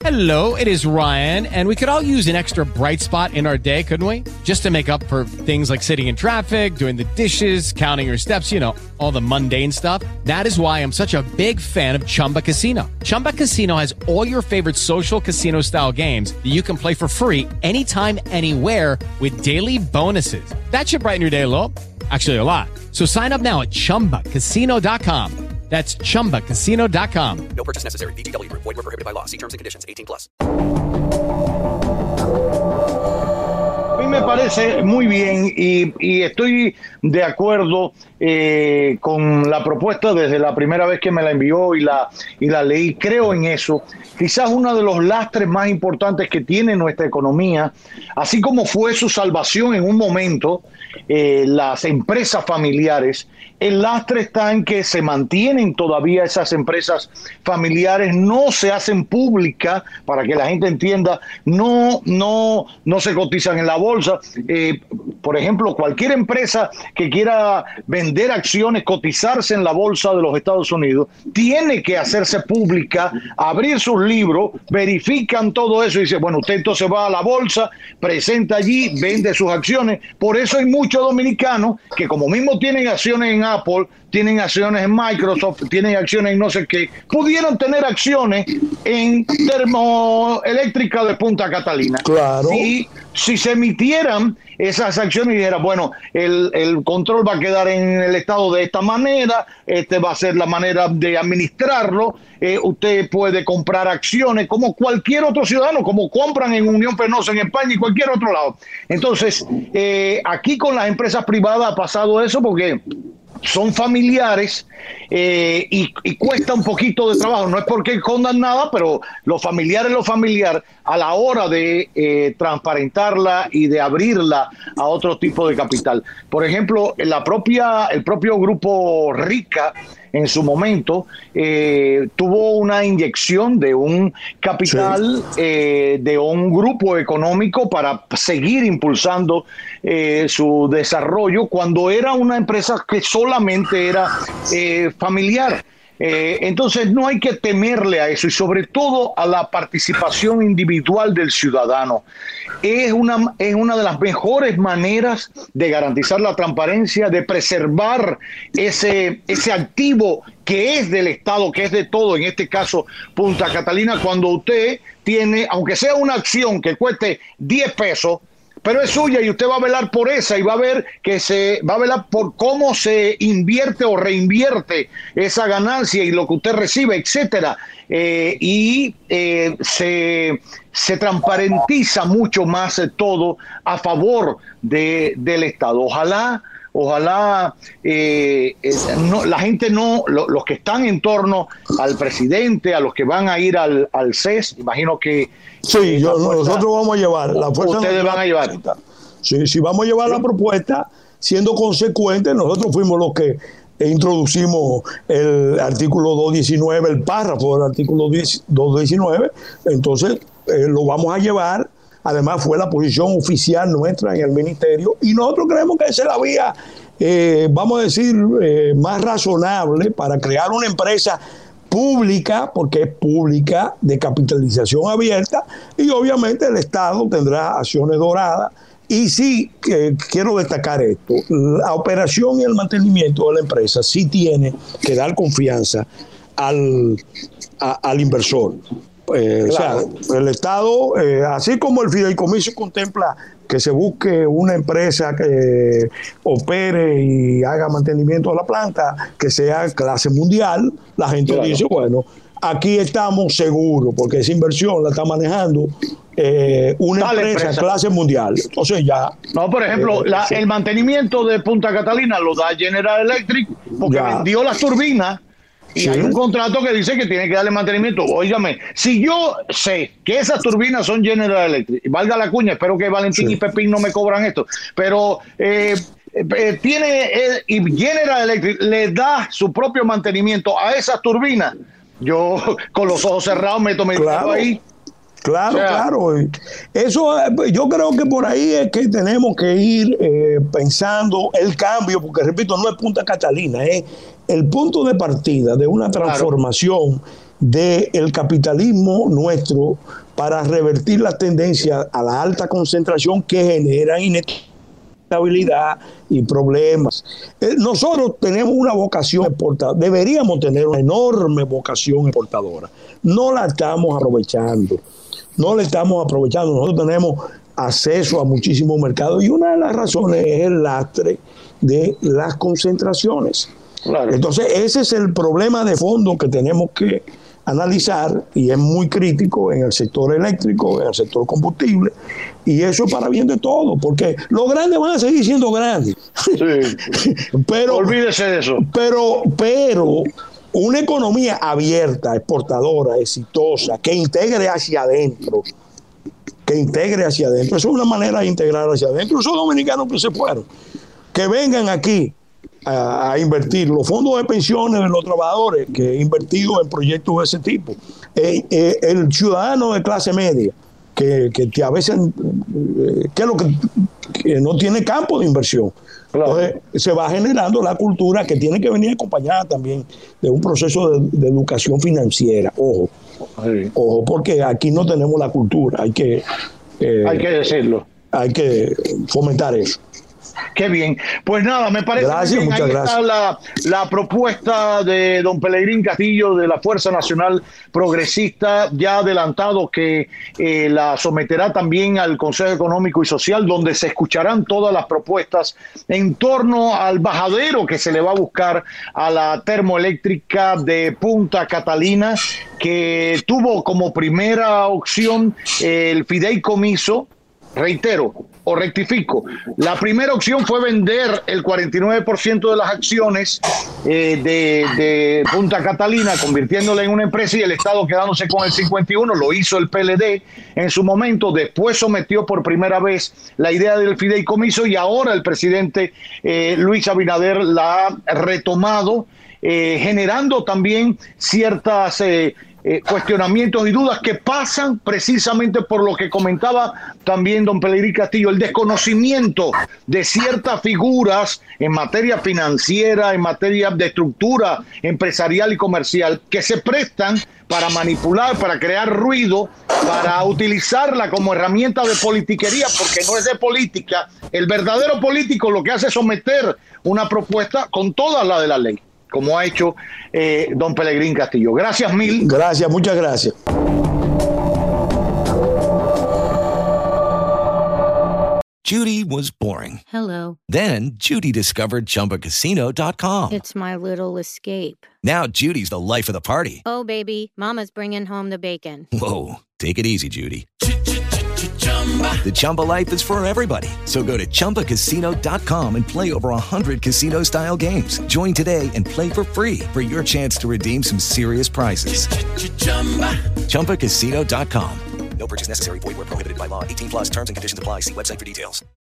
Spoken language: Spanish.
Hello, it is Ryan, and we could all use an extra bright spot in our day, couldn't we? Just to make up for things like sitting in traffic, doing the dishes, counting your steps, you know, all the mundane stuff. That is why I'm such a big fan of Chumba Casino. Chumba Casino has all your favorite social casino-style games that you can play for free anytime, anywhere with daily bonuses. That should brighten your day a little. Actually, a lot. So sign up now at ChumbaCasino.com. That's ChumbaCasino.com. No purchase necessary. VGW Group. Void where prohibited by law. See terms and conditions. 18+. A mí me parece muy bien y estoy de acuerdo con la propuesta desde la primera vez que me la envió y la leí. Creo en eso. Quizás uno de los lastres más importantes que tiene nuestra economía, así como fue su salvación en un momento, las empresas familiares. El lastre está en que se mantienen todavía esas empresas familiares, no se hacen públicas, para que la gente entienda, no se cotizan en la bolsa. Por ejemplo, cualquier empresa que quiera vender acciones, cotizarse en la bolsa de los Estados Unidos, tiene que hacerse pública, abrir sus libros, verifican todo eso y dice, bueno, usted entonces va a la bolsa, presenta allí, vende sus acciones. Por eso hay muchos dominicanos que como mismo tienen acciones en Apple, tienen acciones en Microsoft, tienen acciones en no sé qué, pudieron tener acciones en Termoeléctrica de Punta Catalina. Claro. Si se emitieran esas acciones y dijeran, bueno, el control va a quedar en el Estado de esta manera, va a ser la manera de administrarlo, usted puede comprar acciones como cualquier otro ciudadano, como compran en Unión Penosa en España y cualquier otro lado. Entonces, aquí con las empresas privadas ha pasado eso porque son familiares y cuesta un poquito de trabajo. No es porque escondan nada, pero lo familiar a la hora de transparentarla y de abrirla a otro tipo de capital. Por ejemplo, el propio grupo Rica en su momento tuvo una inyección de un capital, de un grupo económico para seguir impulsando su desarrollo cuando era una empresa que solamente era familiar. Entonces no hay que temerle a eso y sobre todo a la participación individual del ciudadano. Es una de las mejores maneras de garantizar la transparencia, de preservar ese activo que es del Estado, que es de todo, en este caso Punta Catalina, cuando usted tiene, aunque sea una acción que cueste 10 pesos, pero es suya y usted va a velar por esa y va a velar por cómo se invierte o reinvierte esa ganancia y lo que usted recibe, etcétera. Se transparentiza mucho más todo a favor del Estado. Ojalá la gente los que están en torno al presidente, a los que van a ir al CES, imagino que sí, nosotros vamos a llevar la fuerza. Ustedes van a llevar. Sí, vamos a llevar la propuesta siendo consecuentes. Nosotros fuimos los que introducimos el artículo 219, el párrafo del artículo 219. Entonces lo vamos a llevar. Además fue la posición oficial nuestra en el ministerio y nosotros creemos que esa es la vía, vamos a decir, más razonable para crear una empresa pública, porque es pública, de capitalización abierta, y obviamente el Estado tendrá acciones doradas. Y sí, quiero destacar esto, la operación y el mantenimiento de la empresa sí tiene que dar confianza al inversor. Claro. O sea, el Estado, así como el fideicomiso contempla que se busque una empresa que opere y haga mantenimiento de la planta, que sea clase mundial, la gente dice, bueno, aquí estamos seguros, porque esa inversión la está manejando una empresa clase mundial. Entonces ya... No, por ejemplo, el mantenimiento de Punta Catalina lo da General Electric porque vendió las turbinas. Y hay un contrato que dice que tiene que darle mantenimiento. Óigame, si yo sé que esas turbinas son General Electric, valga la cuña, espero que Valentín y Pepín no me cobran esto, pero y General Electric le da su propio mantenimiento a esas turbinas, yo con los ojos cerrados meto mi dinero ahí. Claro. Eso, yo creo que por ahí es que tenemos que ir pensando el cambio, porque repito, no es Punta Catalina, es el punto de partida de una transformación del capitalismo nuestro para revertir la tendencia a la alta concentración que genera inestabilidad y problemas. Nosotros tenemos una vocación exportadora, deberíamos tener una enorme vocación exportadora. No la estamos aprovechando. Nosotros tenemos acceso a muchísimos mercados y una de las razones es el lastre de las concentraciones. Claro. Entonces ese es el problema de fondo que tenemos que analizar y es muy crítico en el sector eléctrico, en el sector combustible, y eso para bien de todo, porque los grandes van a seguir siendo grandes. Sí. Pero olvídese de eso. Pero una economía abierta, exportadora, exitosa, que integre hacia adentro, eso es una manera de integrar hacia adentro. Esos dominicanos que se fueron, que vengan aquí a invertir, los fondos de pensiones de los trabajadores que han invertido en proyectos de ese tipo, el ciudadano de clase media que a veces que no tiene campo de inversión. Claro. Entonces se va generando la cultura que tiene que venir acompañada también de un proceso de educación financiera. Ojo, porque aquí no tenemos la cultura, hay que decirlo, hay que fomentar eso. Qué bien. Pues nada, me parece gracias, bien. Ahí está la propuesta de don Pelegrín Castillo de la Fuerza Nacional Progresista, ya adelantado que la someterá también al Consejo Económico y Social, donde se escucharán todas las propuestas en torno al bajadero que se le va a buscar a la termoeléctrica de Punta Catalina, que tuvo como primera opción el fideicomiso. Reitero o rectifico, la primera opción fue vender el 49% de las acciones de Punta Catalina, convirtiéndola en una empresa y el Estado quedándose con el 51%, lo hizo el PLD en su momento, después sometió por primera vez la idea del fideicomiso y ahora el presidente Luis Abinader la ha retomado, generando también ciertas cuestionamientos y dudas que pasan precisamente por lo que comentaba también don Pelegrín Castillo, el desconocimiento de ciertas figuras en materia financiera, en materia de estructura empresarial y comercial, que se prestan para manipular, para crear ruido, para utilizarla como herramienta de politiquería, porque no es de política. El verdadero político lo que hace es someter una propuesta con toda la de la ley, como ha hecho don Pelegrín Castillo. Gracias mil. Gracias, muchas gracias. Judy was boring. Hello. Then Judy discovered ChumbaCasino.com. It's my little escape. Now Judy's the life of the party. Oh, baby, mama's bringing home the bacon. Whoa, take it easy, Judy. The Chumba life is for everybody. So go to ChumbaCasino.com and play over 100 casino-style games. Join today and play for free for your chance to redeem some serious prizes. ChumbaCasino.com. No purchase necessary. Void where prohibited by law. 18+ terms and conditions apply. See website for details.